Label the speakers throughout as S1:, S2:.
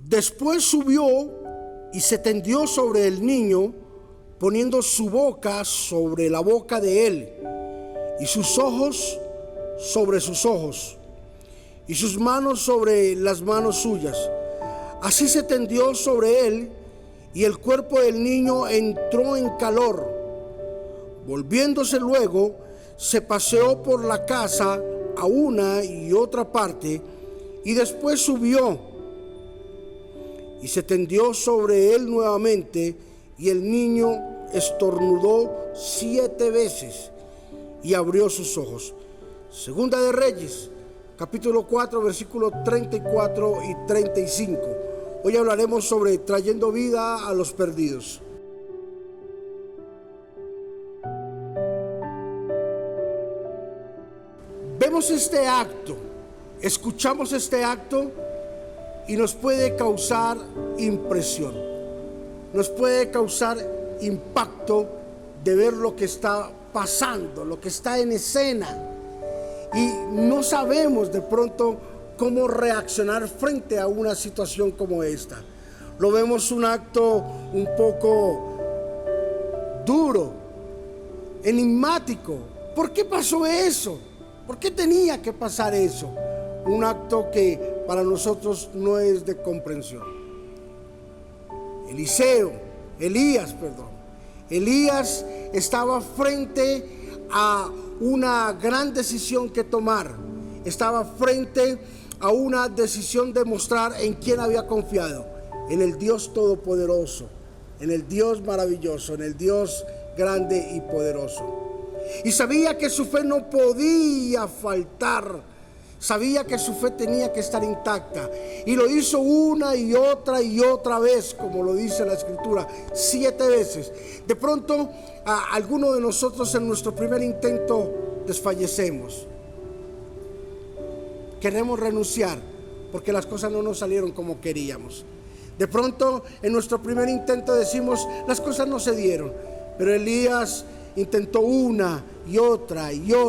S1: Después subió y se tendió sobre el niño, poniendo su boca sobre la boca de él, y sus ojos sobre sus ojos, y sus manos sobre las manos suyas. Así se tendió sobre él, y el cuerpo del niño entró en calor. Volviéndose luego, se paseó por la casa a una y otra parte, y después subió y se tendió sobre él nuevamente, y el niño estornudó 7 veces y abrió sus ojos. Segunda de Reyes, capítulo 4, versículos 34 y 35. Hoy hablaremos sobre trayendo vida a los perdidos. Vemos este acto, escuchamos este acto y nos puede causar impresión, nos puede causar impacto de ver lo que está pasando, lo que está en escena, y no sabemos de pronto cómo reaccionar frente a una situación como esta. Lo vemos un acto un poco duro, enigmático. ¿Por qué pasó eso? ¿Por qué tenía que pasar eso? Un acto que para nosotros no es de comprensión. Elías estaba frente a una gran decisión que tomar. Estaba frente a una decisión de mostrar en quién había confiado: en el Dios todopoderoso, en el Dios maravilloso, en el Dios grande y poderoso. Y sabía que su fe no podía faltar. Sabía que su fe tenía que estar intacta, y lo hizo una y otra vez, como lo dice la Escritura, 7 veces. De pronto, a alguno de nosotros en nuestro primer intento desfallecemos. Queremos renunciar porque las cosas no nos salieron como queríamos. De pronto, en nuestro primer intento decimos: las cosas no se dieron. Pero Elías intentó una y otra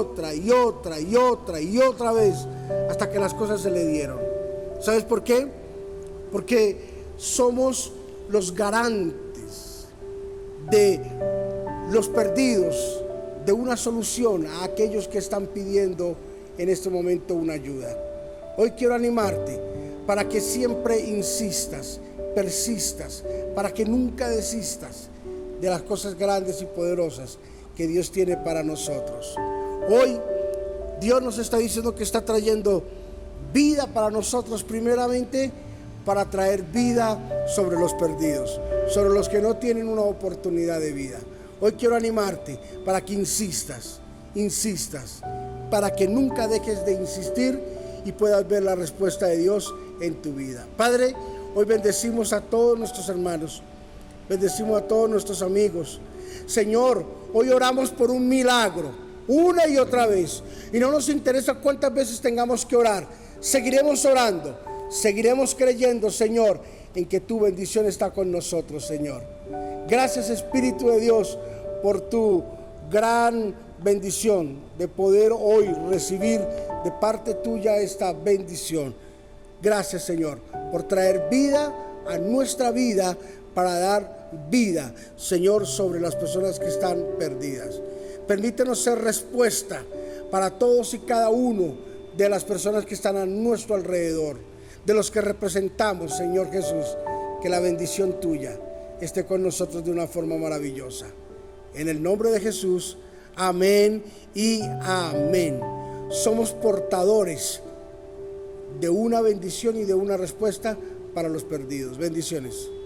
S1: vez hasta que las cosas se le dieron. ¿Sabes por qué? Porque somos los garantes de los perdidos, de una solución a aquellos que están pidiendo en este momento una ayuda. Hoy quiero animarte para que siempre insistas, persistas, para que nunca desistas de las cosas grandes y poderosas que Dios tiene para nosotros. Hoy Dios nos está diciendo que está trayendo vida para nosotros, primeramente para traer vida sobre los perdidos, sobre los que no tienen una oportunidad de vida. Hoy quiero animarte para que insistas, para que nunca dejes de insistir y puedas ver la respuesta de Dios en tu vida. Padre, hoy bendecimos a todos nuestros hermanos, bendecimos a todos nuestros amigos. Señor, hoy oramos por un milagro, una y otra vez, y no nos interesa cuántas veces tengamos que orar. Seguiremos orando, seguiremos creyendo, Señor, en que tu bendición está con nosotros, Señor. Gracias, Espíritu de Dios, por tu gran bendición de poder hoy recibir de parte tuya esta bendición. Gracias, Señor, por traer vida a nuestra vida, para dar vida, Señor, sobre las personas que están perdidas. Permítenos ser respuesta para todos y cada uno de las personas que están a nuestro alrededor, de los que representamos, Señor Jesús. Que la bendición tuya esté con nosotros de una forma maravillosa. En el nombre de Jesús, amén y amén. Somos portadores de una bendición y de una respuesta para los perdidos. Bendiciones.